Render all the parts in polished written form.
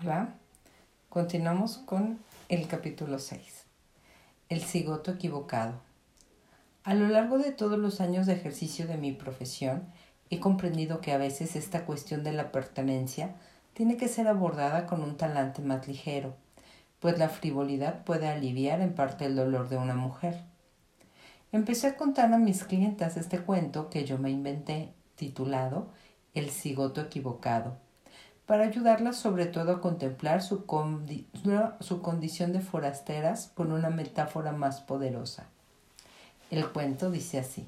Hola, continuamos con el capítulo 6. El cigoto equivocado. A lo largo de todos los años de ejercicio de mi profesión, he comprendido que a veces esta cuestión de la pertenencia tiene que ser abordada con un talante más ligero, pues la frivolidad puede aliviar en parte el dolor de una mujer. Empecé a contar a mis clientas este cuento que yo me inventé, titulado El cigoto equivocado, para ayudarlas sobre todo a contemplar su condición de forasteras con una metáfora más poderosa. El cuento dice así: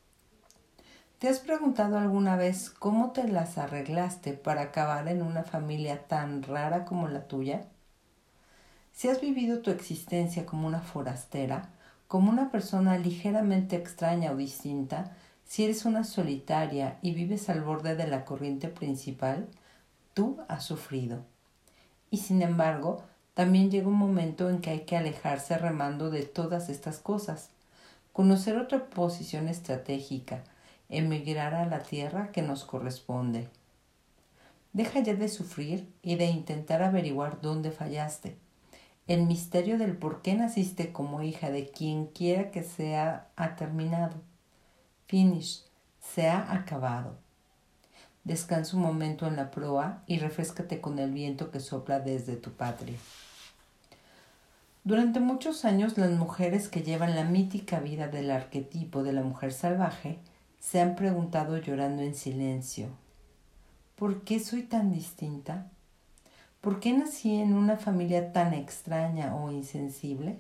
¿te has preguntado alguna vez cómo te las arreglaste para acabar en una familia tan rara como la tuya? Si has vivido tu existencia como una forastera, como una persona ligeramente extraña o distinta, si eres una solitaria y vives al borde de la corriente principal, tú has sufrido. Y sin embargo, también llega un momento en que hay que alejarse remando de todas estas cosas, conocer otra posición estratégica, emigrar a la tierra que nos corresponde. Deja ya de sufrir y de intentar averiguar dónde fallaste. El misterio del por qué naciste como hija de quien quiera que sea ha terminado. Finish, se ha acabado. Descansa un momento en la proa y refréscate con el viento que sopla desde tu patria. Durante muchos años, las mujeres que llevan la mítica vida del arquetipo de la mujer salvaje se han preguntado llorando en silencio: ¿por qué soy tan distinta? ¿Por qué nací en una familia tan extraña o insensible?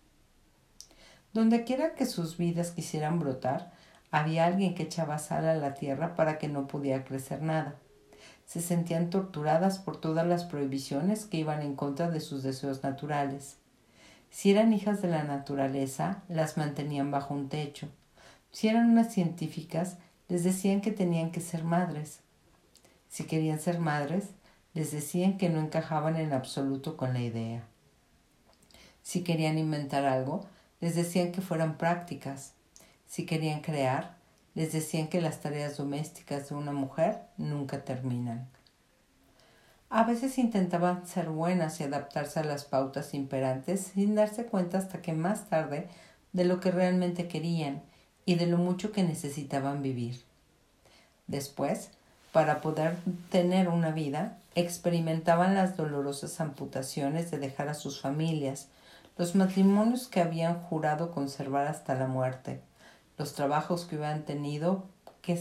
Dondequiera que sus vidas quisieran brotar, había alguien que echaba sal a la tierra para que no pudiera crecer nada. Se sentían torturadas por todas las prohibiciones que iban en contra de sus deseos naturales. Si eran hijas de la naturaleza, las mantenían bajo un techo. Si eran unas científicas, les decían que tenían que ser madres. Si querían ser madres, les decían que no encajaban en absoluto con la idea. Si querían inventar algo, les decían que fueran prácticas. Si querían crear, les decían que las tareas domésticas de una mujer nunca terminan. A veces intentaban ser buenas y adaptarse a las pautas imperantes sin darse cuenta hasta que más tarde de lo que realmente querían y de lo mucho que necesitaban vivir. Después, para poder tener una vida, experimentaban las dolorosas amputaciones de dejar a sus familias, los matrimonios que habían jurado conservar hasta la muerte, los trabajos que hubieran tenido que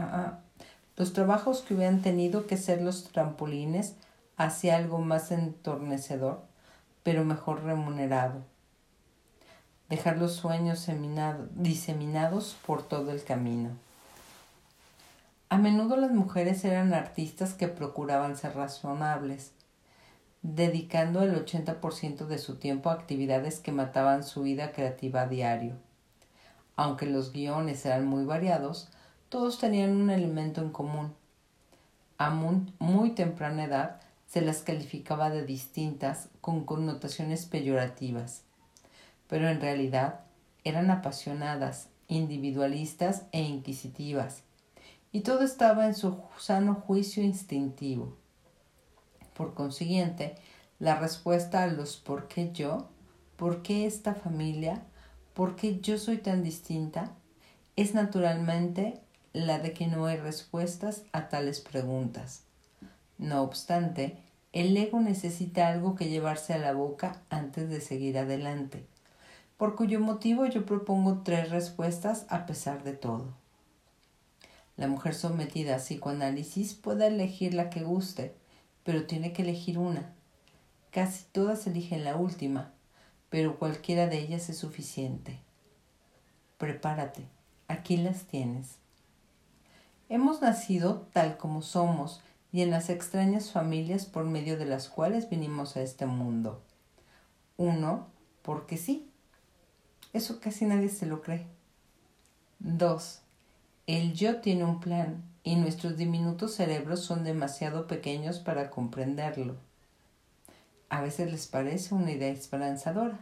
ser los trampolines hacia algo más entornecedor, pero mejor remunerado. Dejar los sueños diseminados por todo el camino. A menudo las mujeres eran artistas que procuraban ser razonables, dedicando el 80% de su tiempo a actividades que mataban su vida creativa a diario. Aunque los guiones eran muy variados, todos tenían un elemento en común. A muy temprana edad se las calificaba de distintas con connotaciones peyorativas, pero en realidad eran apasionadas, individualistas e inquisitivas, y todo estaba en su sano juicio instintivo. Por consiguiente, la respuesta a los ¿por qué yo? ¿Por qué esta familia? ¿Por qué yo soy tan distinta? Es naturalmente la de que no hay respuestas a tales preguntas. No obstante, el ego necesita algo que llevarse a la boca antes de seguir adelante, por cuyo motivo yo propongo 3 respuestas a pesar de todo. La mujer sometida a psicoanálisis puede elegir la que guste, pero tiene que elegir una. Casi todas eligen la última, pero cualquiera de ellas es suficiente. Prepárate, aquí las tienes. Hemos nacido tal como somos y en las extrañas familias por medio de las cuales vinimos a este mundo. 1, porque sí. Eso casi nadie se lo cree. 2, el yo tiene un plan y nuestros diminutos cerebros son demasiado pequeños para comprenderlo. A veces les parece una idea esperanzadora.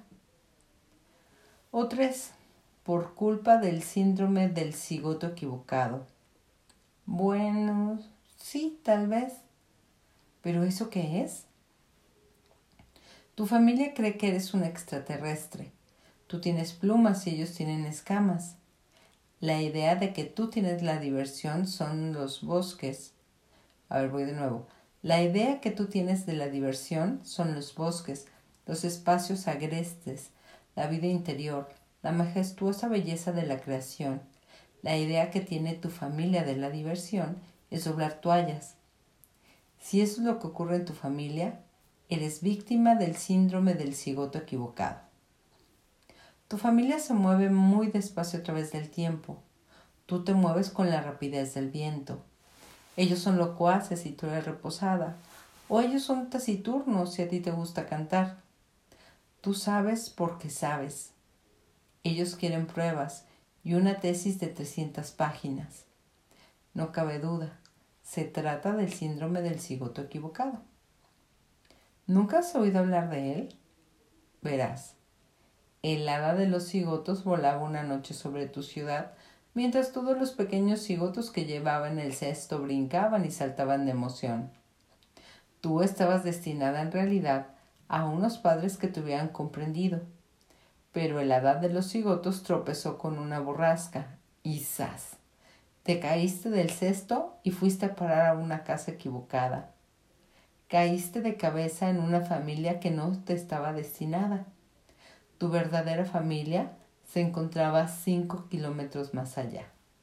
O 3, por culpa del síndrome del cigoto equivocado. Bueno, sí, tal vez. ¿Pero eso qué es? Tu familia cree que eres un extraterrestre. Tú tienes plumas y ellos tienen escamas. La idea de que tú tienes la diversión son los bosques. A ver, voy de nuevo. La idea que tú tienes de la diversión son los bosques, los espacios agrestes, la vida interior, la majestuosa belleza de la creación. La idea que tiene tu familia de la diversión es doblar toallas. Si eso es lo que ocurre en tu familia, eres víctima del síndrome del cigoto equivocado. Tu familia se mueve muy despacio a través del tiempo. Tú te mueves con la rapidez del viento. Ellos son locuaces y tú eres reposada. O ellos son taciturnos si a ti te gusta cantar. Tú sabes porque sabes. Ellos quieren pruebas y una tesis de 300 páginas. No cabe duda, se trata del síndrome del cigoto equivocado. ¿Nunca has oído hablar de él? Verás, el hada de los cigotos volaba una noche sobre tu ciudad, mientras todos los pequeños cigotos que llevaba en el cesto brincaban y saltaban de emoción. Tú estabas destinada en realidad a unos padres que te hubieran comprendido, pero el hada de los cigotos tropezó con una borrasca y ¡zas! Te caíste del cesto y fuiste a parar a una casa equivocada. Caíste de cabeza en una familia que no te estaba destinada. Tu verdadera familia se encontraba 5 kilómetros más allá.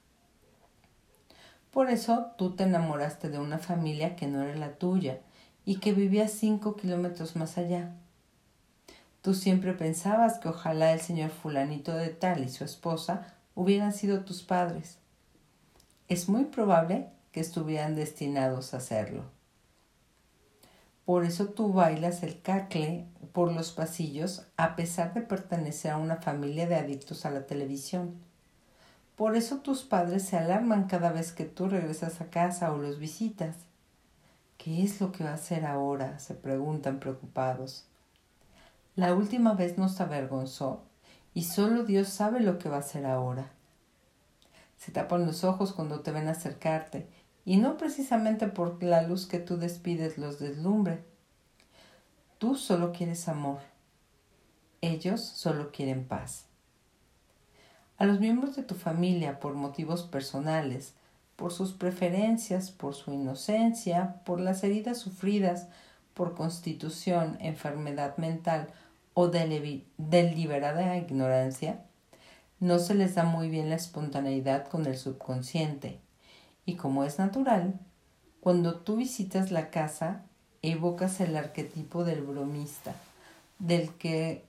Por eso tú te enamoraste de una familia que no era la tuya y que vivía 5 kilómetros más allá. Tú siempre pensabas que ojalá el señor fulanito de tal y su esposa hubieran sido tus padres. Es muy probable que estuvieran destinados a hacerlo. Por eso tú bailas el cacle por los pasillos a pesar de pertenecer a una familia de adictos a la televisión. Por eso tus padres se alarman cada vez que tú regresas a casa o los visitas. ¿Qué es lo que va a hacer ahora?, se preguntan preocupados. La última vez nos avergonzó y solo Dios sabe lo que va a hacer ahora. Se tapan los ojos cuando te ven acercarte, y no precisamente porque la luz que tú despides los deslumbre. Tú solo quieres amor. Ellos solo quieren paz. A los miembros de tu familia, por motivos personales, por sus preferencias, por su inocencia, por las heridas sufridas, por constitución, enfermedad mental o deliberada ignorancia, no se les da muy bien la espontaneidad con el subconsciente. Y como es natural, cuando tú visitas la casa, evocas el arquetipo del bromista, del que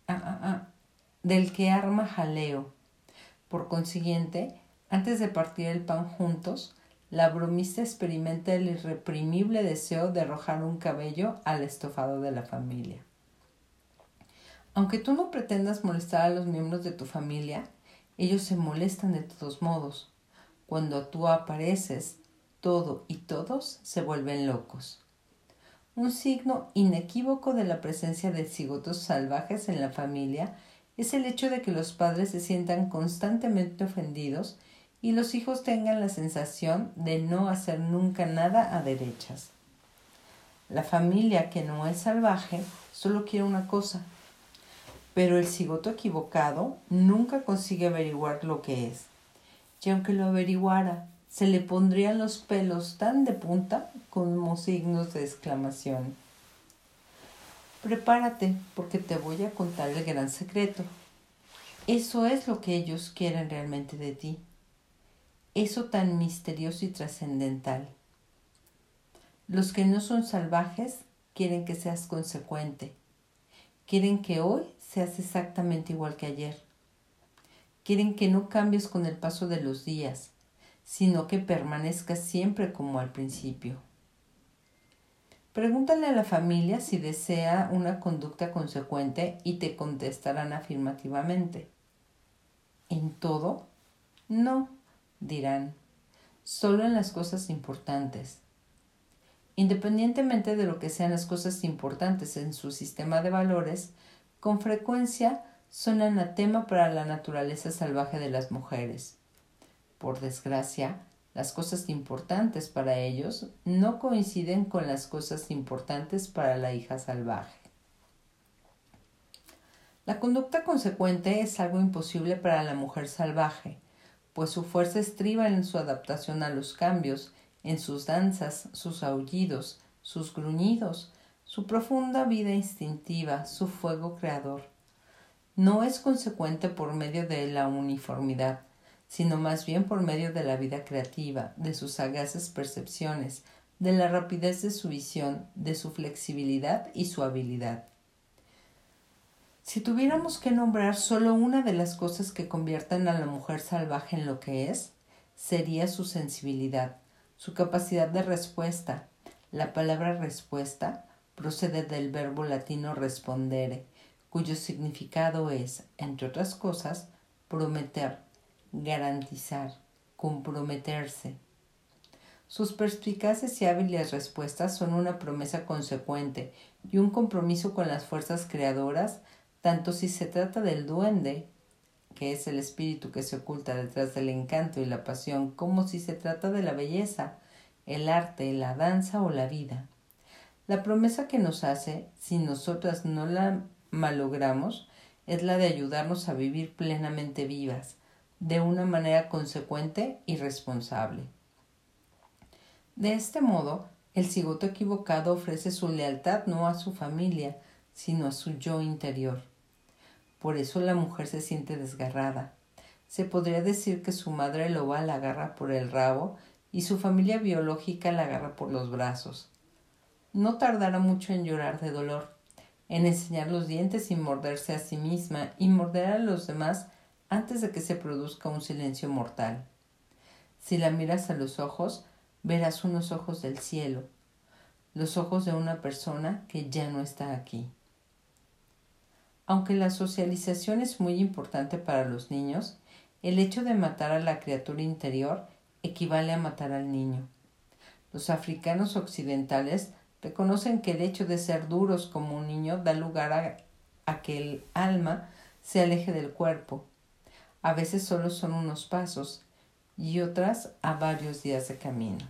arma jaleo. Por consiguiente, antes de partir el pan juntos, la bromista experimenta el irreprimible deseo de arrojar un cabello al estofado de la familia. Aunque tú no pretendas molestar a los miembros de tu familia, ellos se molestan de todos modos. Cuando tú apareces, todo y todos se vuelven locos. Un signo inequívoco de la presencia de cigotos salvajes en la familia es el hecho de que los padres se sientan constantemente ofendidos y los hijos tengan la sensación de no hacer nunca nada a derechas. La familia que no es salvaje solo quiere una cosa, pero el cigoto equivocado nunca consigue averiguar lo que es. Y aunque lo averiguara, se le pondrían los pelos tan de punta como signos de exclamación. Prepárate, porque te voy a contar el gran secreto. Eso es lo que ellos quieren realmente de ti. Eso tan misterioso y trascendental. Los que no son salvajes quieren que seas consecuente. Quieren que hoy seas exactamente igual que ayer. Quieren que no cambies con el paso de los días, sino que permanezcas siempre como al principio. Pregúntale a la familia si desea una conducta consecuente y te contestarán afirmativamente. ¿En todo? No, dirán. Solo en las cosas importantes. Independientemente de lo que sean las cosas importantes en su sistema de valores, con frecuencia son anatema para la naturaleza salvaje de las mujeres. Por desgracia, las cosas importantes para ellos no coinciden con las cosas importantes para la hija salvaje. La conducta consecuente es algo imposible para la mujer salvaje, pues su fuerza estriba en su adaptación a los cambios, en sus danzas, sus aullidos, sus gruñidos, su profunda vida instintiva, su fuego creador. No es consecuente por medio de la uniformidad, sino más bien por medio de la vida creativa, de sus sagaces percepciones, de la rapidez de su visión, de su flexibilidad y su habilidad. Si tuviéramos que nombrar solo una de las cosas que convierten a la mujer salvaje en lo que es, sería su sensibilidad, su capacidad de respuesta. La palabra respuesta procede del verbo latino respondere, cuyo significado es, entre otras cosas, prometer, garantizar, comprometerse. Sus perspicaces y hábiles respuestas son una promesa consecuente y un compromiso con las fuerzas creadoras, tanto si se trata del duende, que es el espíritu que se oculta detrás del encanto y la pasión, como si se trata de la belleza, el arte, la danza o la vida. La promesa que nos hace, si nosotras no la malogramos, es la de ayudarnos a vivir plenamente vivas, de una manera consecuente y responsable. De este modo, el cigoto equivocado ofrece su lealtad no a su familia, sino a su yo interior. Por eso la mujer se siente desgarrada. Se podría decir que su madre loba la agarra por el rabo y su familia biológica la agarra por los brazos. No tardará mucho en llorar de dolor, en enseñar los dientes y morderse a sí misma y morder a los demás antes de que se produzca un silencio mortal. Si la miras a los ojos, verás unos ojos del cielo, los ojos de una persona que ya no está aquí. Aunque la socialización es muy importante para los niños, el hecho de matar a la criatura interior equivale a matar al niño. Los africanos occidentales reconocen que el hecho de ser duros como un niño da lugar a que el alma se aleje del cuerpo. A veces solo son unos pasos y otras a varios días de camino.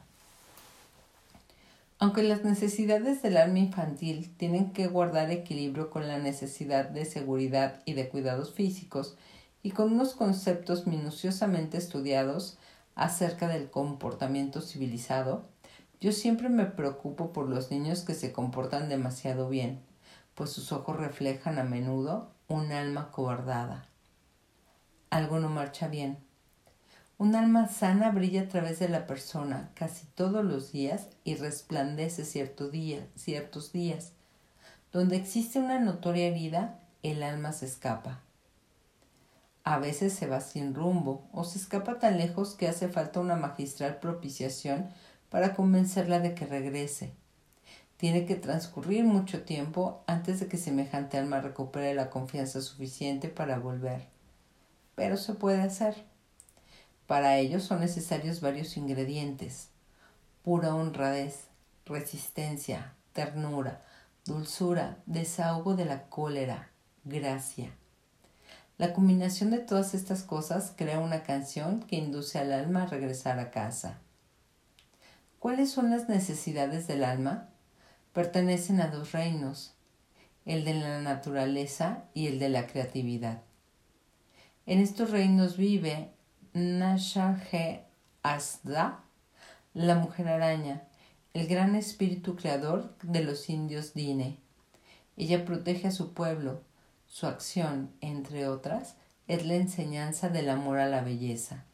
Aunque las necesidades del alma infantil tienen que guardar equilibrio con la necesidad de seguridad y de cuidados físicos y con unos conceptos minuciosamente estudiados acerca del comportamiento civilizado, yo siempre me preocupo por los niños que se comportan demasiado bien, pues sus ojos reflejan a menudo un alma cobardada. Algo no marcha bien. Un alma sana brilla a través de la persona casi todos los días y resplandece ciertos días. Donde existe una notoria herida, el alma se escapa. A veces se va sin rumbo o se escapa tan lejos que hace falta una magistral propiciación para convencerla de que regrese. Tiene que transcurrir mucho tiempo antes de que semejante alma recupere la confianza suficiente para volver. Pero se puede hacer. Para ello son necesarios varios ingredientes: pura honradez, resistencia, ternura, dulzura, desahogo de la cólera, gracia. La combinación de todas estas cosas crea una canción que induce al alma a regresar a casa. ¿Cuáles son las necesidades del alma? Pertenecen a dos reinos, el de la naturaleza y el de la creatividad. En estos reinos vive Nasha-He-Asda, la mujer araña, el gran espíritu creador de los indios Dine. Ella protege a su pueblo. Su acción, entre otras, es la enseñanza del amor a la belleza.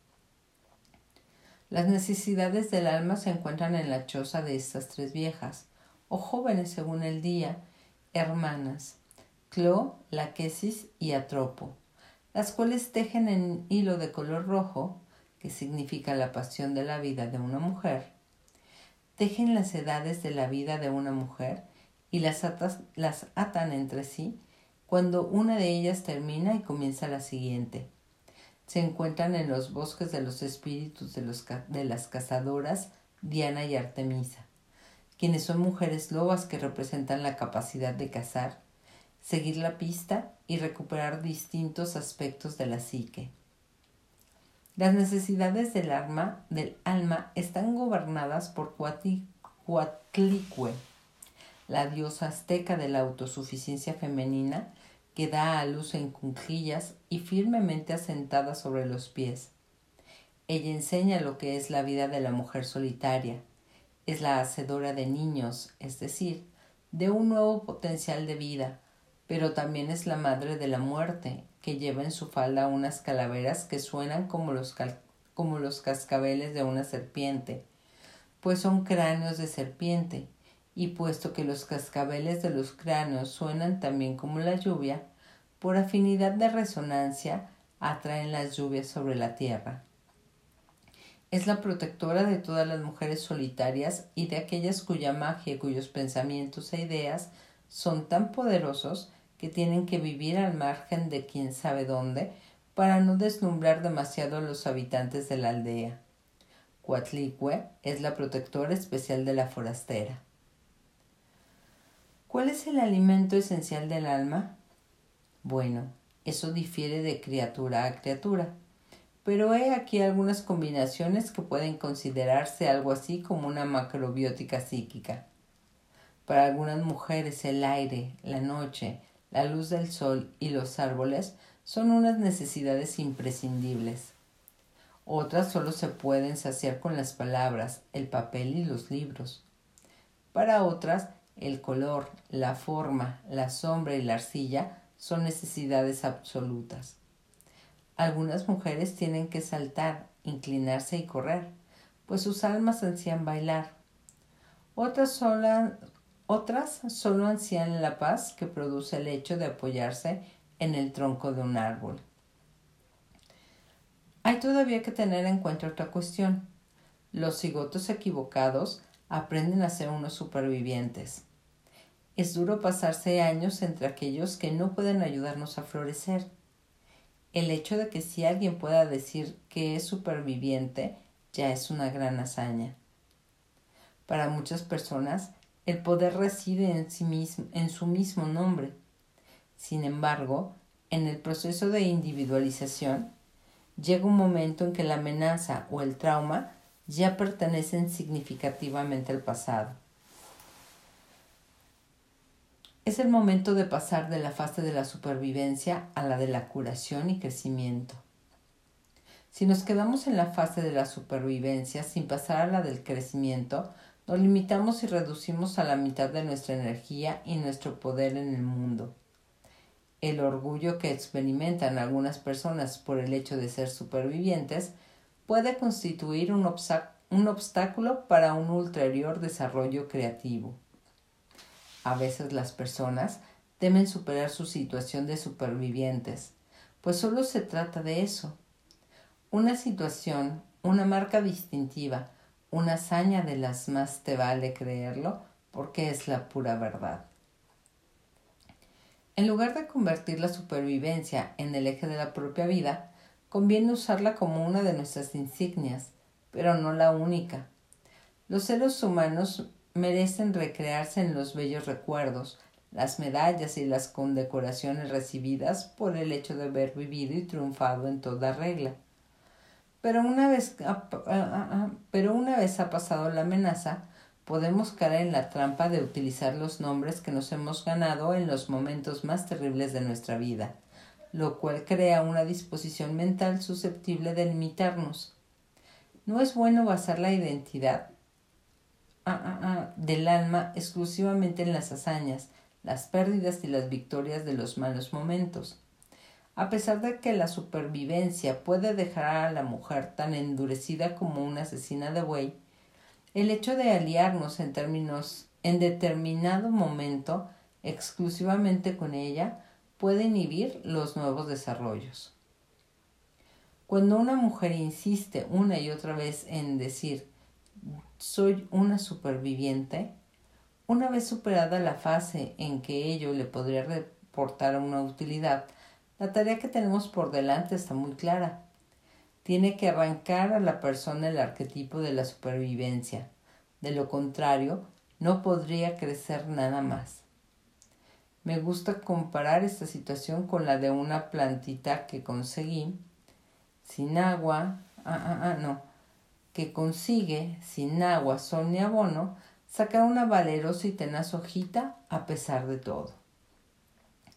Las necesidades del alma se encuentran en la choza de estas tres viejas, o jóvenes según el día, hermanas, Clo, Laquesis y Atropo, las cuales tejen en hilo de color rojo, que significa la pasión de la vida de una mujer, tejen las edades de la vida de una mujer y las atan entre sí cuando una de ellas termina y comienza la siguiente. Se encuentran en los bosques de los espíritus de las cazadoras Diana y Artemisa, quienes son mujeres lobas que representan la capacidad de cazar, seguir la pista y recuperar distintos aspectos de la psique. Las necesidades del alma están gobernadas por Coatlicue, la diosa azteca de la autosuficiencia femenina, que da a luz en cuclillas y firmemente asentada sobre los pies. Ella enseña lo que es la vida de la mujer solitaria. Es la hacedora de niños, es decir, de un nuevo potencial de vida, pero también es la madre de la muerte, que lleva en su falda unas calaveras que suenan como los cascabeles de una serpiente, pues son cráneos de serpiente, y puesto que los cascabeles de los cráneos suenan también como la lluvia, por afinidad de resonancia atraen las lluvias sobre la tierra. Es la protectora de todas las mujeres solitarias y de aquellas cuya magia y cuyos pensamientos e ideas son tan poderosos que tienen que vivir al margen de quién sabe dónde para no deslumbrar demasiado a los habitantes de la aldea. Coatlicue es la protectora especial de la forastera. ¿Cuál es el alimento esencial del alma? Bueno, eso difiere de criatura a criatura, pero he aquí algunas combinaciones que pueden considerarse algo así como una macrobiótica psíquica. Para algunas mujeres el aire, la noche, la luz del sol y los árboles son unas necesidades imprescindibles. Otras solo se pueden saciar con las palabras, el papel y los libros. Para otras, el color, la forma, la sombra y la arcilla son necesidades absolutas. Algunas mujeres tienen que saltar, inclinarse y correr, pues sus almas ansían bailar. Otras solo ansían la paz que produce el hecho de apoyarse en el tronco de un árbol. Hay todavía que tener en cuenta otra cuestión. Los cigotos equivocados aprenden a ser unos supervivientes. Es duro pasarse años entre aquellos que no pueden ayudarnos a florecer. El hecho de que si alguien pueda decir que es superviviente ya es una gran hazaña. Para muchas personas, el poder reside en su mismo nombre. Sin embargo, en el proceso de individualización, llega un momento en que la amenaza o el trauma ya pertenecen significativamente al pasado. Es el momento de pasar de la fase de la supervivencia a la de la curación y crecimiento. Si nos quedamos en la fase de la supervivencia sin pasar a la del crecimiento, nos limitamos y reducimos a la mitad de nuestra energía y nuestro poder en el mundo. El orgullo que experimentan algunas personas por el hecho de ser supervivientes puede constituir un obstáculo para un ulterior desarrollo creativo. A veces las personas temen superar su situación de supervivientes, pues solo se trata de eso. Una situación, una marca distintiva, una hazaña de las más te vale creerlo porque es la pura verdad. En lugar de convertir la supervivencia en el eje de la propia vida, conviene usarla como una de nuestras insignias, pero no la única. Los seres humanos merecen recrearse en los bellos recuerdos, las medallas y las condecoraciones recibidas por el hecho de haber vivido y triunfado en toda regla. Pero una vez ha pasado la amenaza, podemos caer en la trampa de utilizar los nombres que nos hemos ganado en los momentos más terribles de nuestra vida, lo cual crea una disposición mental susceptible de limitarnos. No es bueno basar la identidad del alma exclusivamente en las hazañas, las pérdidas y las victorias de los malos momentos. A pesar de que la supervivencia puede dejar a la mujer tan endurecida como una asesina de buey, el hecho de aliarnos en determinado momento exclusivamente con ella puede inhibir los nuevos desarrollos. Cuando una mujer insiste una y otra vez en decir soy una superviviente, una vez superada la fase en que ello le podría reportar una utilidad, la tarea que tenemos por delante está muy clara. Tiene que arrancar a la persona el arquetipo de la supervivencia. De lo contrario, no podría crecer nada más. Me gusta comparar esta situación con la de una plantita que conseguí sin agua, que consigue, sin agua, sol ni abono, sacar una valerosa y tenaz hojita a pesar de todo.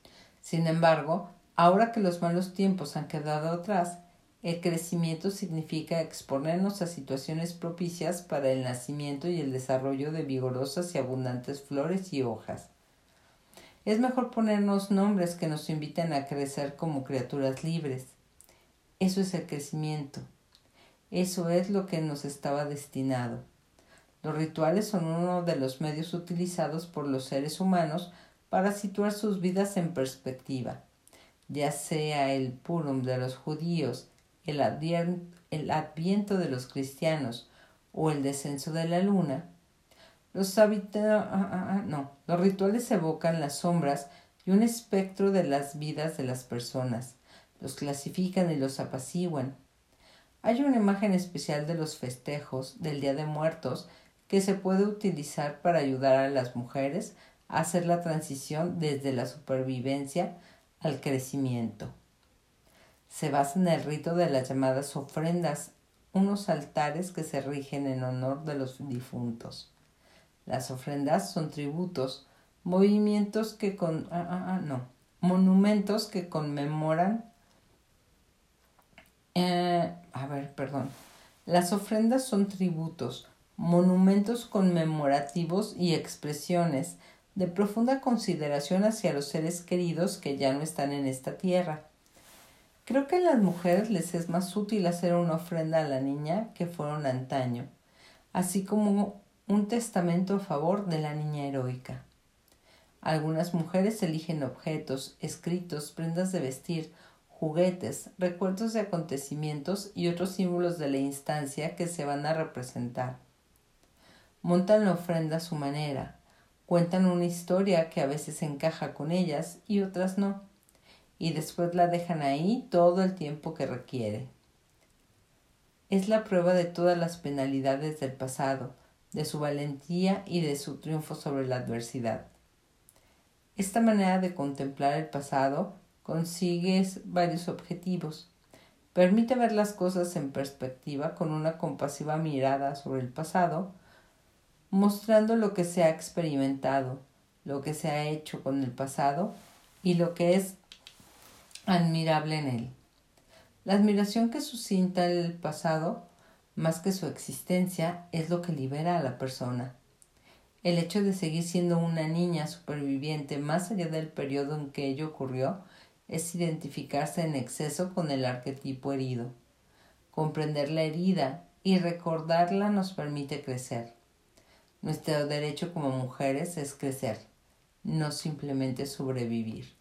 Sin embargo, ahora que los malos tiempos han quedado atrás, el crecimiento significa exponernos a situaciones propicias para el nacimiento y el desarrollo de vigorosas y abundantes flores y hojas. Es mejor ponernos nombres que nos inviten a crecer como criaturas libres. Eso es el crecimiento. Eso es lo que nos estaba destinado. Los rituales son uno de los medios utilizados por los seres humanos para situar sus vidas en perspectiva, ya sea el Purim de los judíos, el Adviento de los cristianos o el descenso de la luna. Los rituales evocan las sombras y un espectro de las vidas de las personas. Los clasifican y los apaciguan. Hay una imagen especial de los festejos del Día de Muertos que se puede utilizar para ayudar a las mujeres a hacer la transición desde la supervivencia al crecimiento. Se basa en el rito de las llamadas ofrendas, unos altares que se rigen en honor de los difuntos. Las ofrendas son tributos, monumentos que conmemoran. Las ofrendas son tributos, monumentos conmemorativos y expresiones de profunda consideración hacia los seres queridos que ya no están en esta tierra. Creo que a las mujeres les es más útil hacer una ofrenda a la niña que fueron antaño, así como un testamento a favor de la niña heroica. Algunas mujeres eligen objetos, escritos, prendas de vestir, juguetes, recuerdos de acontecimientos y otros símbolos de la instancia que se van a representar. Montan la ofrenda a su manera, cuentan una historia que a veces encaja con ellas y otras no, y después la dejan ahí todo el tiempo que requiere. Es la prueba de todas las penalidades del pasado, de su valentía y de su triunfo sobre la adversidad. Esta manera de contemplar el pasado consigue varios objetivos. Permite ver las cosas en perspectiva con una compasiva mirada sobre el pasado, mostrando lo que se ha experimentado, lo que se ha hecho con el pasado y lo que es admirable en él. La admiración que suscita el pasado, más que su existencia, es lo que libera a la persona. El hecho de seguir siendo una niña superviviente más allá del periodo en que ello ocurrió es identificarse en exceso con el arquetipo herido. Comprender la herida y recordarla nos permite crecer. Nuestro derecho como mujeres es crecer, no simplemente sobrevivir.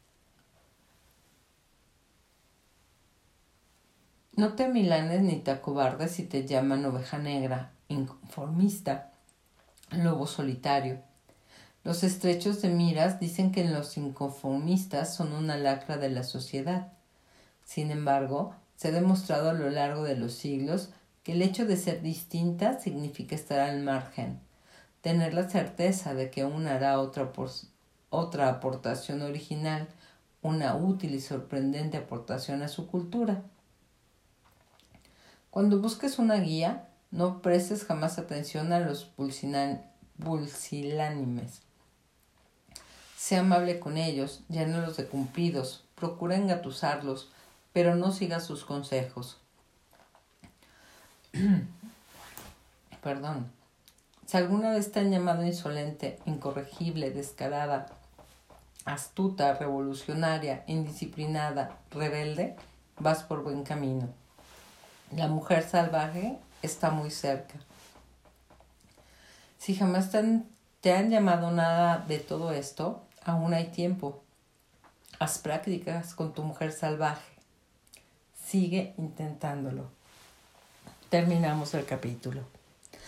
No te amilanes ni te acobardes si te llaman oveja negra, inconformista, lobo solitario. Los estrechos de miras dicen que los inconformistas son una lacra de la sociedad. Sin embargo, se ha demostrado a lo largo de los siglos que el hecho de ser distinta significa estar al margen, tener la certeza de que una hará otra aportación original, una útil y sorprendente aportación a su cultura. Cuando busques una guía, no prestes jamás atención a los pusilánimes. Sea amable con ellos, llénalos de cumplidos, procura engatusarlos, pero no sigas sus consejos. Si alguna vez te han llamado insolente, incorregible, descarada, astuta, revolucionaria, indisciplinada, rebelde, vas por buen camino. La mujer salvaje está muy cerca. Si jamás te han llamado nada de todo esto, aún hay tiempo. Haz prácticas con tu mujer salvaje. Sigue intentándolo. Terminamos el capítulo.